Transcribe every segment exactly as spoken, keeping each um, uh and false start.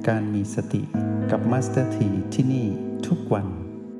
การมีสติกับมาสเตอร์ทีที่นี่ทุกวัน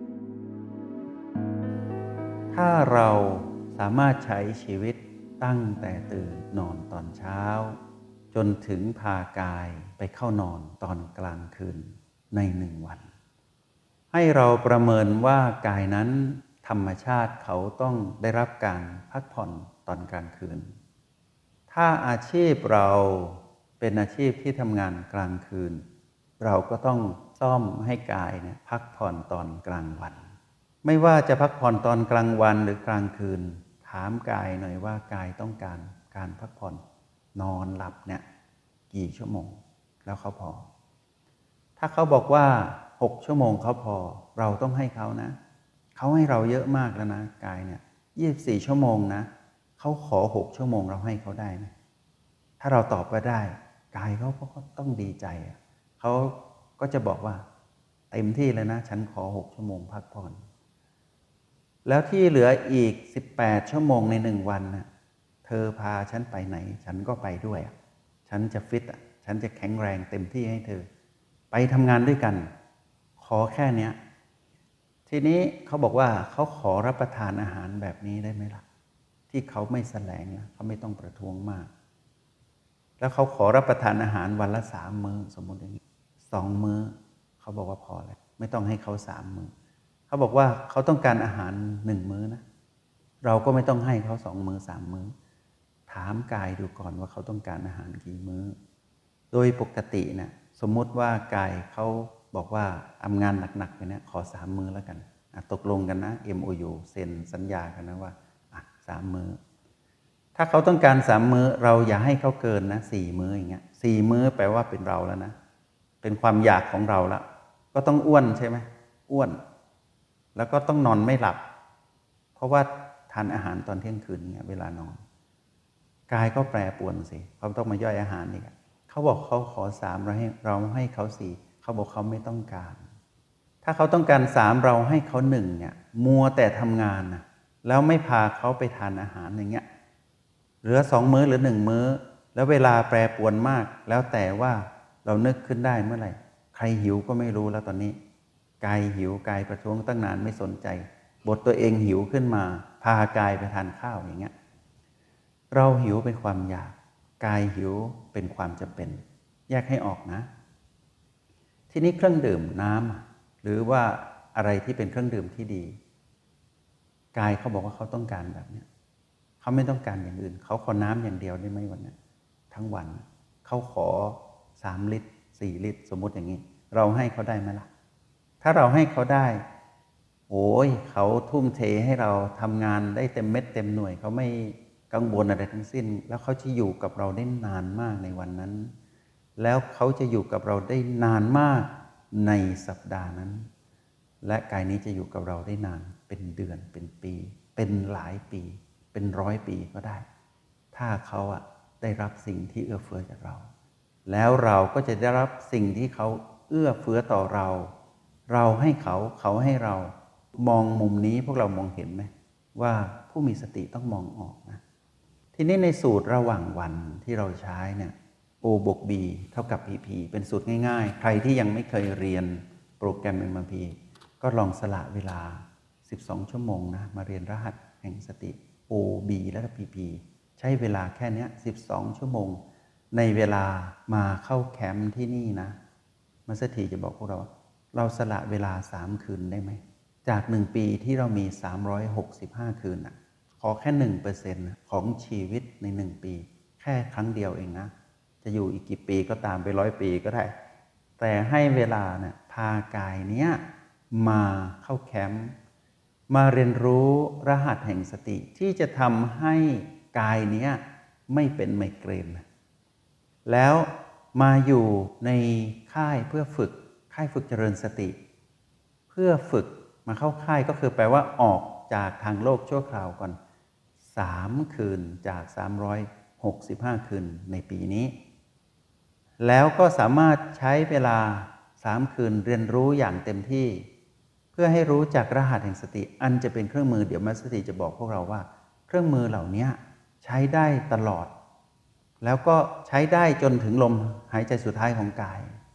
ถ้าเราสามารถใช้ชีวิตตั้งแต่ตื่นนอนตอนเช้าจนถึงพากายไปเข้านอนตอนกลางคืนในหนึ่งวันให้เราประเมินว่ากายนั้นธรรมชาติเขาต้องได้รับการพักผ่อนตอนกลางคืนถ้าอาชีพเราเป็นอาชีพที่ทำงานกลางคืนเราก็ต้องซ่อมให้กายเนี่ยพักผ่อนตอนกลางวันไม่ว่าจะพักผ่อนตอนกลางวันหรือกลางคืนถามกายหน่อยว่ากายต้องการการพักผ่อนนอนหลับเนี่ยกี่ชั่วโมงแล้วเขาพอถ้าเขาบอกว่าหกชั่วโมงเขาพอเราต้องให้เขานะเขาให้เราเยอะมากแล้วนะกายเนี่ยยี่สิบสี่ชั่วโมงนะเขาขอหกชั่วโมงเราให้เขาได้ไหมถ้าเราตอบว่าได้กายเขาก็ต้องดีใจเขาก็จะบอกว่าเต็มที่เลยนะฉันขอหกชั่วโมงพักผ่อนแล้วที่เหลืออีกสิบแปดชั่วโมงในหนึ่งวันนะเธอพาฉันไปไหนฉันก็ไปด้วยฉันจะฟิตฉันจะแข็งแรงเต็มที่ให้เธอไปทำงานด้วยกันขอแค่เนี้ยทีนี้เขาบอกว่าเขาขอรับประทานอาหารแบบนี้ได้ไหมล่ะที่เขาไม่แสลงนะเขาไม่ต้องประท้วงมากแล้วเขาขอรับประทานอาหารวันละสามมื้อสมมติอย่างนี้สองมื้อเขาบอกว่าพอแล้วไม่ต้องให้เขาสามมื้อเขาบอกว่าเขาต้องการอาหารหนึ่งมื้อนะเราก็ไม่ต้องให้เขาสองมื้อสามมื้อถามกายดูก่อนว่าเขาต้องการอาหารกี่มื้อโดยปกตินะสมมุติว่ากายเขาบอกว่าทำงานหนักๆไปเนี่ยขอสามมื้อแล้วกันตกลงกันนะ เอ็ม โอ ยู เซ็นสัญญากันนะว่าอ่ะสามมื้อถ้าเขาต้องการสามมื้อเราอย่าให้เขาเกินนะสี่มื้ออย่างเงี้ยสี่มื้อแปลว่าเป็นเราแล้วนะเป็นความอยากของเราแล้วก็ต้องอ้วนใช่ไหมอ้วนแล้วก็ต้องนอนไม่หลับเพราะว่าทานอาหารตอนเที่ยงคืนเนี่ยเวลานอนกายก็แปรปรวนสิเขาต้องมาย่อยอาหารอีกเขาบอกเขาขอสามเราให้เราให้เขาสี่เขาบอกเขาไม่ต้องการถ้าเขาต้องการสามเราให้เขาหนึ่งเนี่ยมัวแต่ทำงานนะแล้วไม่พาเขาไปทานอาหารอย่างเงี้ยเหลือสองมื้อหรือหนึ่งมื้อแล้วเวลาแปรปรวนมากแล้วแต่ว่าเรานึกขึ้นได้เมื่อไหร่ใครหิวก็ไม่รู้แล้วตอนนี้กายหิวกายประท้วงตั้งนานไม่สนใจบทตัวเองหิวขึ้นมาพากายไปทานข้าวอย่างเงี้ยเราหิวเป็นความอยากกายหิวเป็นความจำเป็นแยกให้ออกนะทีนี้เครื่องดื่มน้ำหรือว่าอะไรที่เป็นเครื่องดื่มที่ดีกายเขาบอกว่าเขาต้องการแบบนี้เขาไม่ต้องการอย่างอื่นเขาขอน้ำอย่างเดียวได้ไหมวันนี้ทั้งวันเขาขอสามลิตรสี่ลิตรสมมติอย่างนี้เราให้เขาได้ไหมล่ะถ้าเราให้เขาได้โอ้ยเขาทุ่มเทให้เราทำงานได้เต็มเม็ดเต็มหน่วยเขาไม่กังวลอะไรทั้งสิ้นแล้วเขาจะอยู่กับเราได้นานมากในวันนั้นแล้วเขาจะอยู่กับเราได้นานมากในสัปดาห์นั้นและกายนี้จะอยู่กับเราได้นานเป็นเดือนเป็นปีเป็นหลายปีเป็นร้อยปีก็ได้ถ้าเขาอะได้รับสิ่งที่เอื้อเฟื้อจากเราแล้วเราก็จะได้รับสิ่งที่เขาเอื้อเฟื้อต่อเราเราให้เขาเขาให้เรามองมุมนี้พวกเรามองเห็นไหมว่าผู้มีสติต้องมองออกนะทีนี้ในสูตรระหว่างวันที่เราใช้เนี่ย O บวก B เท่ากับ พี พี เป็นสูตรง่ายๆใครที่ยังไม่เคยเรียนโปรแกรม เอ็ม อาร์ พี ก็ลองสละเวลาสิบสองชั่วโมงนะมาเรียนรหัสแห่งสติ O B และ พี พี ใช้เวลาแค่นี้สิบสองชั่วโมงในเวลามาเข้าแคมป์ที่นี่นะมาสถีจะบอกพวกเราเราสละเวลาสามคืนได้ไหมจากหนึ่งปีที่เรามีสามร้อยหกสิบห้าคืนน่ะขอแค่ หนึ่งเปอร์เซ็นต์ ของชีวิตในหนึ่งปีแค่ครั้งเดียวเองนะจะอยู่อีกกี่ปีก็ตามไปร้อยปีก็ได้แต่ให้เวลาเนี่ยพากายเนี้ยมาเข้าแคมป์มาเรียนรู้รหัสแห่งสติที่จะทำให้กายเนี้ยไม่เป็นไมเกรนแล้วมาอยู่ในค่ายเพื่อฝึกค่ายฝึกเจริญสติเพื่อฝึกมาเข้าค่ายก็คือแปลว่าออกจากทางโลกชั่วคราวก่อนสามคืนจากสามร้อยหกสิบห้าคืนในปีนี้แล้วก็สามารถใช้เวลาสามคืนเรียนรู้อย่างเต็มที่เพื่อให้รู้จักรหัสแห่งสติอันจะเป็นเครื่องมือเดี๋ยวมัสติจะบอกพวกเราว่าเครื่องมือเหล่านี้ใช้ได้ตลอดแล้วก็ใช้ได้จนถึงลมหายใจสุดท้ายของกาย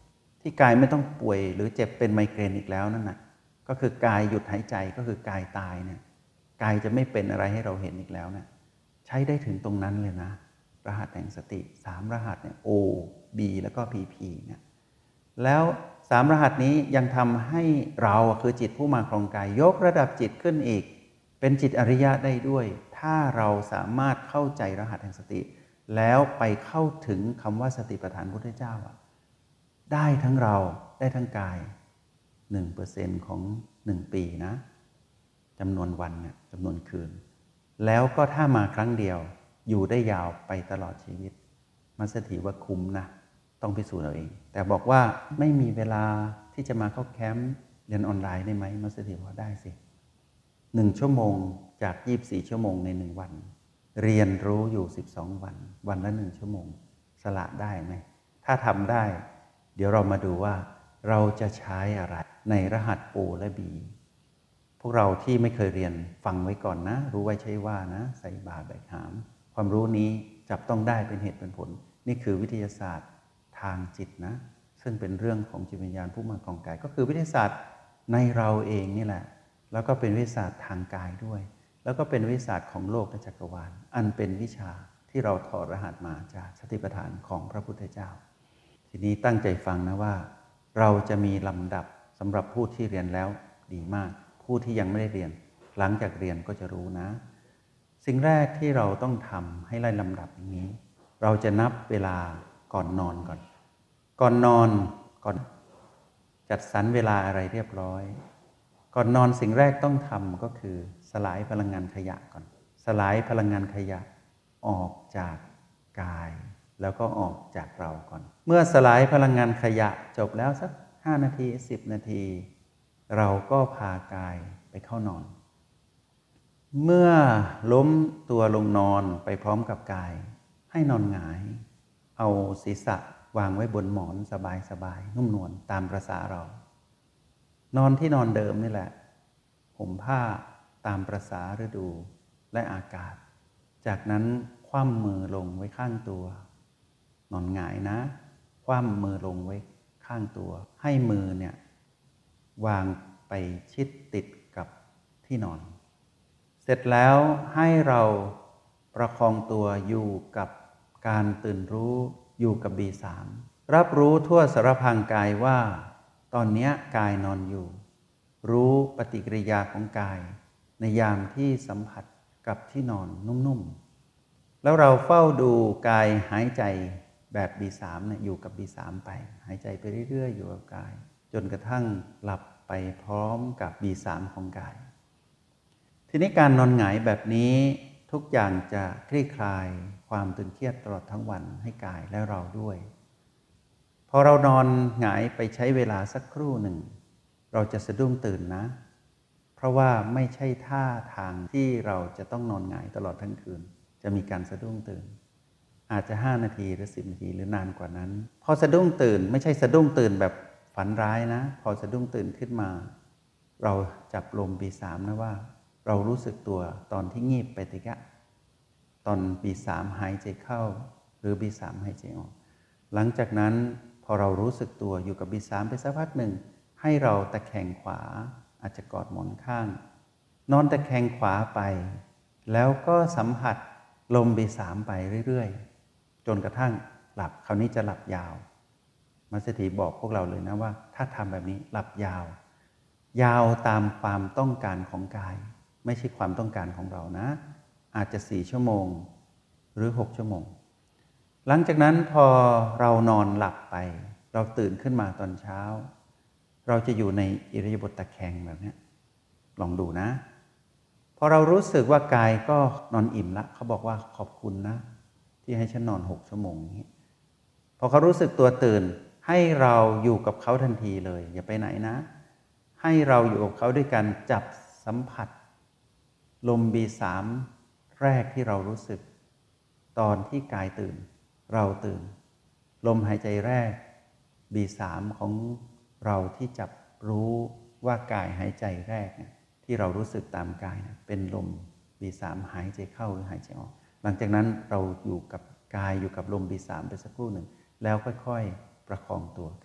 ที่กายไม่ต้องป่วยหรือเจ็บเป็นไมเกรนอีกแล้วนั่นน่ะก็คือกายหยุดหายใจก็คือกายตายเนี่ยกายจะไม่เป็นอะไรให้เราเห็นอีกแล้วเนี่ยใช้ได้ถึงตรงนั้นเลยนะรหัสแห่งสติสามรหัสเนี่ย O B แล้วก็ พี พี เนี่ยแล้วสามรหัสนี้ยังทำให้เราคือจิตผู้มาครองกายยกระดับจิตขึ้นอีกเป็นจิตอริยะได้ด้วยถ้าเราสามารถเข้าใจรหัสแห่งสติแล้วไปเข้าถึงคำว่าสติปัฏฐานพุทธเจ้าอะได้ทั้งเราได้ทั้งกาย หนึ่งเปอร์เซ็นต์ ของหนึ่งปีนะจำนวนวันเนี่ยจำนวนคืนแล้วก็ถ้ามาครั้งเดียวอยู่ได้ยาวไปตลอดชีวิตมันสถิว่าคุ้มนะต้องพิสูจน์เอาเองแต่บอกว่าไม่มีเวลาที่จะมาเข้าแคมป์เรียนออนไลน์ได้ไหมมันสถิว่าได้สิหนึ่งชั่วโมงจากยี่สิบสี่ชั่วโมงในหนึ่งวันเรียนรู้อยู่สิบสองวันวันละหนึ่งชั่วโมงสละได้ไหมถ้าทำได้เดี๋ยวเรามาดูว่าเราจะใช้อะไรในรหัส O และ B พวกเราที่ไม่เคยเรียนฟังไว้ก่อนนะรู้ไว้ใช่ว่านะใส่บาตรแบกหามความรู้นี้จับต้องได้เป็นเหตุเป็นผลนี่คือวิทยาศาสตร์ทางจิตนะซึ่งเป็นเรื่องของจิตวิญญาณผู้มาครองกายก็คือวิทยาศาสตร์ในเราเองนี่แหละแล้วก็เป็นวิทยาศาสตร์ทางกายด้วยแล้วก็เป็นวิทยาศาสตร์ของโลกและจักรวาลอันเป็นวิชาที่เราถอดรหัสมาจากสติปัฏฐานของพระพุทธเจ้าทีนี้ตั้งใจฟังนะว่าเราจะมีลำดับสำหรับผู้ที่เรียนแล้วดีมากผู้ที่ยังไม่ได้เรียนหลังจากเรียนก็จะรู้นะสิ่งแรกที่เราต้องทำให้ไล่ลำดับอย่างนี้เราจะนับเวลาก่อนนอนก่อนก่อนนอนก่อนจัดสรรเวลาอะไรเรียบร้อยก่อนนอนสิ่งแรกต้องทำก็คือสลายพลังงานขยะก่อนสลายพลังงานขยะออกจากกายแล้วก็ออกจากเราก่อนเมื่อสลายพลังงานขยะจบแล้วสักห้านาทีสิบนาทีเราก็พากายไปเข้านอนเมื่อล้มตัวลงนอนไปพร้อมกับกายให้นอนหงายเอาศีรษะวางไว้บนหมอนสบายๆนุ่มนวลตามประสาเรานอนที่นอนเดิมนี่แหละห่มผ้าตามประสาฤดูและอากาศจากนั้นคว่ำมือลงไว้ข้างตัวนอนหงายนะคว่ำมือลงไว้ข้างตัวให้มือเนี่ยวางไปชิดติดกับที่นอนเสร็จแล้วให้เราประคองตัวอยู่กับการตื่นรู้อยู่กับ บี สาม รับรู้ทั่วสารพางกายว่าตอนนี้กายนอนอยู่รู้ปฏิกิริยาของกายในยามที่สัมผัสกับที่นอนนุ่มๆแล้วเราเฝ้าดูกายหายใจแบบ บี สาม เนี่ยอยู่กับ บี สาม ไปหายใจไปเรื่อยๆอยู่กับกายจนกระทั่งหลับไปพร้อมกับ บี สาม ของกายทีนี้การนอนหงายแบบนี้ทุกอย่างจะคลี่คลายความตึงเครียดตลอดทั้งวันให้กายและเราด้วยพอเรานอนหงายไปใช้เวลาสักครู่หนึ่งเราจะสะดุ้งตื่นนะเพราะว่าไม่ใช่ท่าทางที่เราจะต้องนอนหงายตลอดทั้งคืนจะมีการสะดุ้งตื่นอาจจะห้านาทีหรือสิบนาทีหรือนานกว่านั้นพอสะดุ้งตื่นไม่ใช่สะดุ้งตื่นแบบฝันร้ายนะพอสะดุ้งตื่นขึ้นมาเราจับลม บี สาม นะว่าเรารู้สึกตัวตอนที่งีบไปตะกะตอน บี สาม หายใจเข้าหรือ บี สาม หายใจออกหลังจากนั้นพอเรารู้สึกตัวอยู่กับ บี สาม ไปสักพักหนึ่งให้เราตะแคงขวาอาจจะกอดหมอนข้างนอนตะแคงขวาไปแล้วก็สัมผัสลม บี สาม ไปเรื่อยๆจนกระทั่งหลับคราวนี้จะหลับยาวมัสถีบอกพวกเราเลยนะว่าถ้าทำแบบนี้หลับยาวยาวตามความต้องการของกายไม่ใช่ความต้องการของเรานะอาจจะสี่ชั่วโมงหรือหกชั่วโมงหลังจากนั้นพอเรานอนหลับไปเราตื่นขึ้นมาตอนเช้าเราจะอยู่ในอิริยาบถตะแคงแบบนี้ลองดูนะพอเรารู้สึกว่ากายก็นอนอิ่มละเขาบอกว่าขอบคุณนะที่ให้ฉันนอนหกชั่วโมงนี้พอเขารู้สึกตัวตื่นให้เราอยู่กับเขาทันทีเลยอย่าไปไหนนะให้เราอยู่กับเขาด้วยการจับสัมผัสลม บี สาม แรกที่เรารู้สึกตอนที่กายตื่นเราตื่นลมหายใจแรก บี สาม ของเราที่จับรู้ว่ากายหายใจแรกเนี่ยที่เรารู้สึกตามกายเนี่ยเป็นลม บี สาม หายใจเข้าหรือหายใจออกหลังจากนั้นเราอยู่กับกายอยู่กับลม บี สาม ไปสักครู่หนึ่งแล้วค่อยๆประคองตัวขึ้น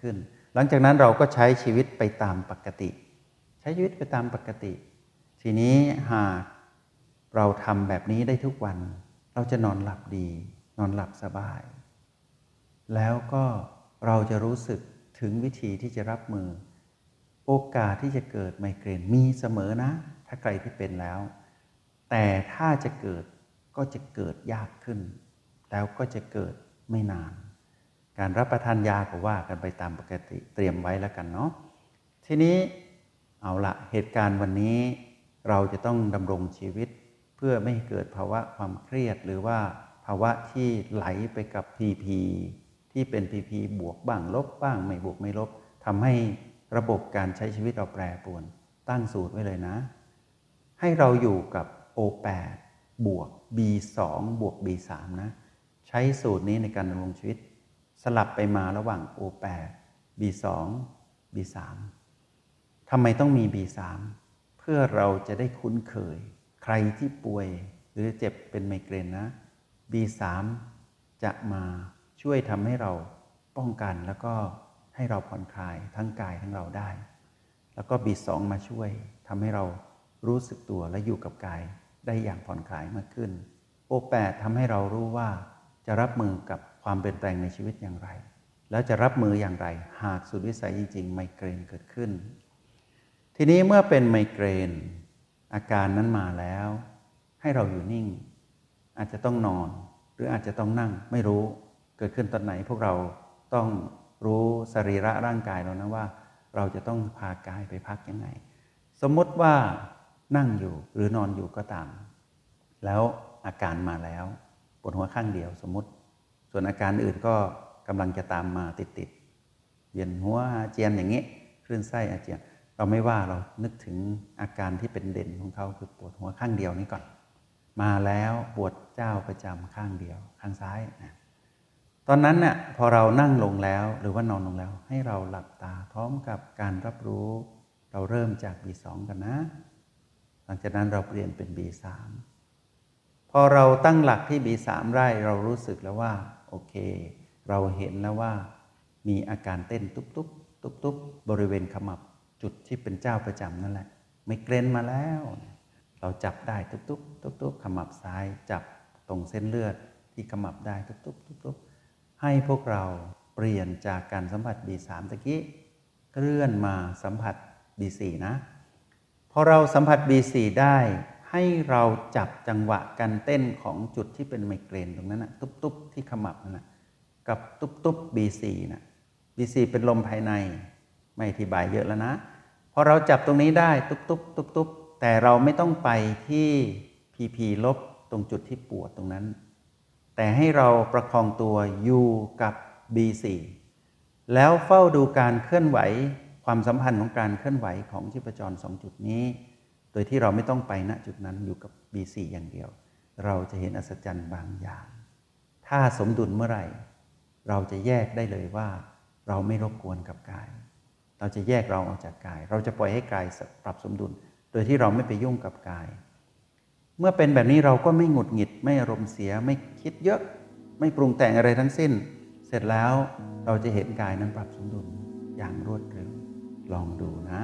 หลังจากนั้นเราก็ใช้ชีวิตไปตามปกติใช้ชีวิตไปตามปกติทีนี้หากเราทำแบบนี้ได้ทุกวันเราจะนอนหลับดีนอนหลับสบายแล้วก็เราจะรู้สึกถึงวิธีที่จะรับมือโอกาสที่จะเกิดไมเกรนมีเสมอนะถ้าใครที่เป็นแล้วแต่ถ้าจะเกิดก็จะเกิดยากขึ้นแล้วก็จะเกิดไม่นานการรับประทานยาก็ว่ากันไปตามปกติเตรียมไว้แล้วกันเนาะทีนี้เอาละเหตุการณ์วันนี้เราจะต้องดำรงชีวิตเพื่อไม่ให้เกิดภาวะความเครียดหรือว่าภาวะที่ไหลไปกับ พี พี ที่เป็น พี พี บวกบ้างลบบ้างไม่บวกไม่ลบทำให้ระบบการใช้ชีวิตเราแปรปรวนตั้งสูตรไว้เลยนะให้เราอยู่กับ โอ แปด บวก บี สอง บวก บี สาม นะใช้สูตรนี้ในการดำรงชีวิตสลับไปมาระหว่าง โอ แปด บี สอง บี สาม ทำไมต้องมี บี สาม เพื่อเราจะได้คุ้นเคยใครที่ป่วยหรือเจ็บเป็นไมเกรนนะ บี สาม จะมาช่วยทำให้เราป้องกันแล้วก็ให้เราผ่อนคลายทั้งกายทั้งเราได้แล้วก็ บี สอง มาช่วยทำให้เรารู้สึกตัวและอยู่กับกายได้อย่างผ่อนคลายมากขึ้น โอ แปด ทำให้เรารู้ว่าจะรับมือกับความเปลี่ยนแปลงในชีวิตอย่างไรแล้วจะรับมืออย่างไรหากสุดวิสัยจริงๆไมเกรนเกิดขึ้นทีนี้เมื่อเป็นไมเกรนอาการนั้นมาแล้วให้เราอยู่นิ่งอาจจะต้องนอนหรืออาจจะต้องนั่งไม่รู้เกิดขึ้นตอนไหนพวกเราต้องรู้สรีระร่างกายเรานะว่าเราจะต้องพากายไปพักยังไงสมมติว่านั่งอยู่หรือนอนอยู่ก็ตามแล้วอาการมาแล้วปวดหัวข้างเดียวสมมติส่วนอาการอื่นก็กำลังจะตามมาติดๆเวียนหัวอาเจียนอย่างนี้คลื่นไส้อาเจียนเราไม่ว่าเรานึกถึงอาการที่เป็นเด่นของเขาคือปวดหัวข้างเดียวนี้ก่อนมาแล้วปวดเจ้าประจำข้างเดียวข้างซ้ายนะตอนนั้นเนี่ยพอเรานั่งลงแล้วหรือว่านอนลงแล้วให้เราหลับตาพร้อมกับการรับรู้เราเริ่มจาก บี สอง กันนะหลังจากนั้นเราเปลี่ยนเป็น บี สาม พอเราตั้งหลักที่ บี สาม ได้เรารู้สึกแล้วว่าโอเคเราเห็นแล้วว่ามีอาการเต้นตุ๊บตุ๊บตุ๊บตุ๊บบริเวณขมับจุดที่เป็นเจ้าประจำนั่นแหละไมเกรนมาแล้วเราจับได้ตุ๊บตุ๊บตุ๊บตุ๊บขมับซ้ายจับตรงเส้นเลือดที่ขมับได้ตุ๊บตุ๊บตุ๊บตุ๊บให้พวกเราเปลี่ยนจากการสัมผัส บี สาม ตะกี้เคลื่อนมาสัมผัส บี สี่ นะพอเราสัมผัส บี สี่ ได้ให้เราจับจังหวะการเต้นของจุดที่เป็นไมเกรนตรงนั้นนะตุ๊บตุ๊บที่ขมับนั่นนะกับตุ๊บตุ๊บ บี สี่ นะ บี สี่ เป็นลมภายในไม่อธิบายเยอะแล้วนะพอเราจับตรงนี้ได้ตุ๊บตุ๊บตุ๊บตุ๊บแต่เราไม่ต้องไปที่ พี พี ลบตรงจุดที่ปวดตรงนั้นแต่ให้เราประคองตัวอยู่กับ บี สี่ แล้วเฝ้าดูการเคลื่อนไหวความสัมพันธ์ของการเคลื่อนไหวของชีพจรสองจุดนี้โดยที่เราไม่ต้องไปณจุดนั้นอยู่กับ บี สี่ อย่างเดียวเราจะเห็นอัศจรรย์บางอย่างถ้าสมดุลเมื่อไหร่เราจะแยกได้เลยว่าเราไม่รบกวนกับกายเราจะแยกเราออกจากกายเราจะปล่อยให้กายปรับสมดุลโดยที่เราไม่ไปยุ่งกับกายเมื่อเป็นแบบนี้เราก็ไม่หงุดหงิดไม่อารมณ์เสียไม่คิดเยอะไม่ปรุงแต่งอะไรทั้งสิ้นเสร็จแล้วเราจะเห็นกายนั้นปรับสมดุลอย่างรวดเร็วลองดูนะ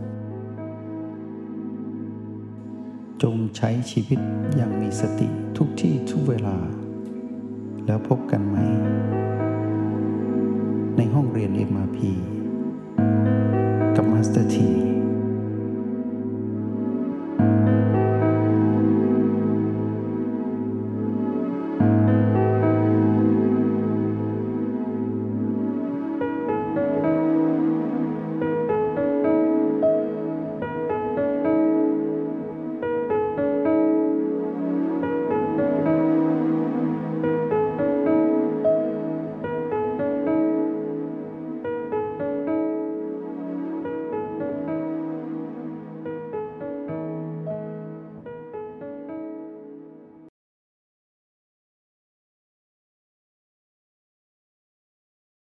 จงใช้ชีวิตอย่างมีสติทุกที่ทุกเวลาแล้วพบกันไหมในห้องเรียน เอ็ม อาร์ พี กับมาสเตอร์ที